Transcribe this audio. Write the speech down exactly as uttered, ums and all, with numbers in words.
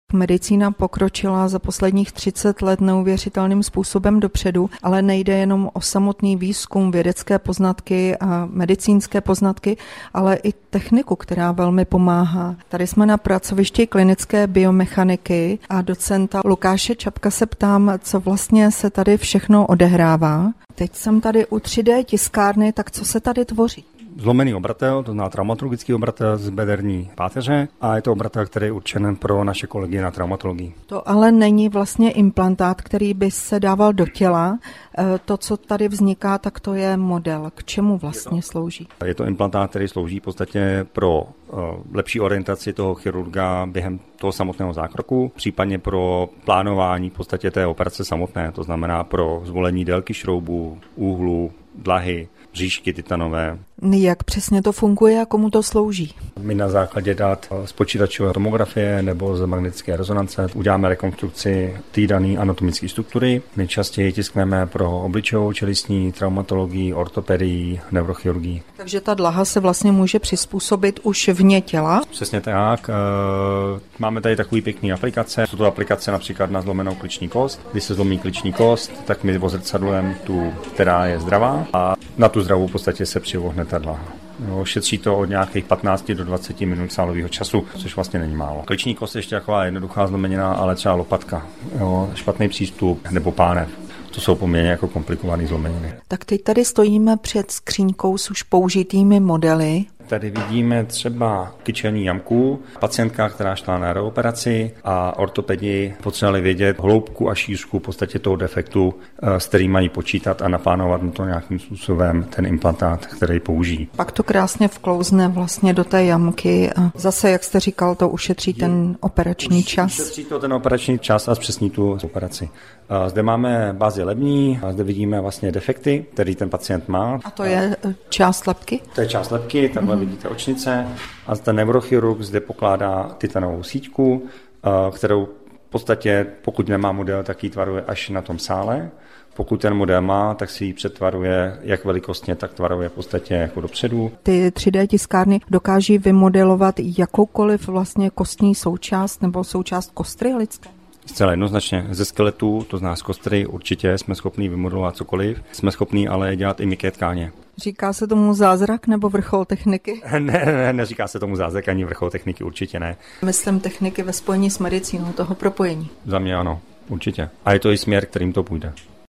Medicína pokročila za posledních třicet let neuvěřitelným způsobem dopředu, ale nejde jenom o samotný výzkum, vědecké poznatky a medicínské poznatky, ale i techniku, která velmi pomáhá. Tady jsme na pracovišti klinické biomechaniky a docenta Lukáše Čapka se ptám, co vlastně se tady všechno odehrává. Teď jsem tady u tři dé tiskárny, tak co se tady tvoří? Zlomený obratel, to znamená traumatologický obratel z bederní páteře a je to obratel, který je určen pro naše kolegy na traumatologii. To ale není vlastně implantát, který by se dával do těla. To, co tady vzniká, tak to je model. K čemu vlastně slouží? Je to implantát, který slouží v podstatě pro lepší orientaci toho chirurga během toho samotného zákroku, případně pro plánování v podstatě té operace samotné, to znamená pro zvolení délky šroubů, úhlu, dlahy, říšky titanové. Jak přesně to funguje a komu to slouží? My na základě dat z počítačové tomografie nebo z magnetické rezonance uděláme rekonstrukci té dané anatomické struktury. Nejčastěji tiskneme pro obličejovou čelistní, traumatologii, ortopedii, neurochirurgii. Takže ta dlaha se vlastně může přizpůsobit už vně těla? Přesně tak. Máme tady takový pěkný aplikace. Jsou to aplikace například na zlomenou kliční kost. Když se zlomí kliční kost, tak my ozrcadlujeme tu, která je zdravá, a na tu zdravou v podstatě se přivohne ta dlaha. Jo, šetří to od nějakých patnáct do dvaceti minut sálového času, což vlastně není málo. Kliční kost je ještě taková jednoduchá zlomenina, ale třeba lopatka, jo, špatný přístup nebo pánev. To jsou poměrně jako komplikované zlomeniny. Tak teď tady stojíme před skříňkou s už použitými modely. Tady vidíme třeba kyčelní jamku, pacientka, která šla na reoperaci, a ortopedi potřebovali vědět hloubku a šířku v podstatě toho defektu, s kterým mají počítat a naplánovat na to nějakým způsobem ten implantát, který použijí. Pak to krásně vklouzne vlastně do té jamky a zase, jak jste říkal, to ušetří ten operační čas. Ušetří to ten operační čas a zpřesní tu operaci. Zde máme bázi lební a zde vidíme vlastně defekty, který ten pacient má. A to je část lebky? To je část lebky, takhle mm-hmm. vidíte očnice, a ten neurochirurg zde pokládá titanovou síťku, kterou v podstatě, pokud nemá model, tak ji tvaruje až na tom sále. Pokud ten model má, tak si ji přetvaruje jak velikostně, tak tvaruje v podstatě jako dopředu. Ty tři dé tiskárny dokáží vymodelovat jakoukoliv vlastně kostní součást nebo součást kostry lidské? Zcela jednoznačně. Ze skeletu, to znamená z kostry, určitě jsme schopní vymodelovat cokoliv. Jsme schopní ale dělat i měkké tkáně. Říká se tomu zázrak nebo vrchol techniky? ne, ne, neříká se tomu zázrak ani vrchol techniky, určitě ne. Myslím techniky ve spojení s medicínou, toho propojení. Za mě ano, určitě. A je to i směr, kterým to půjde.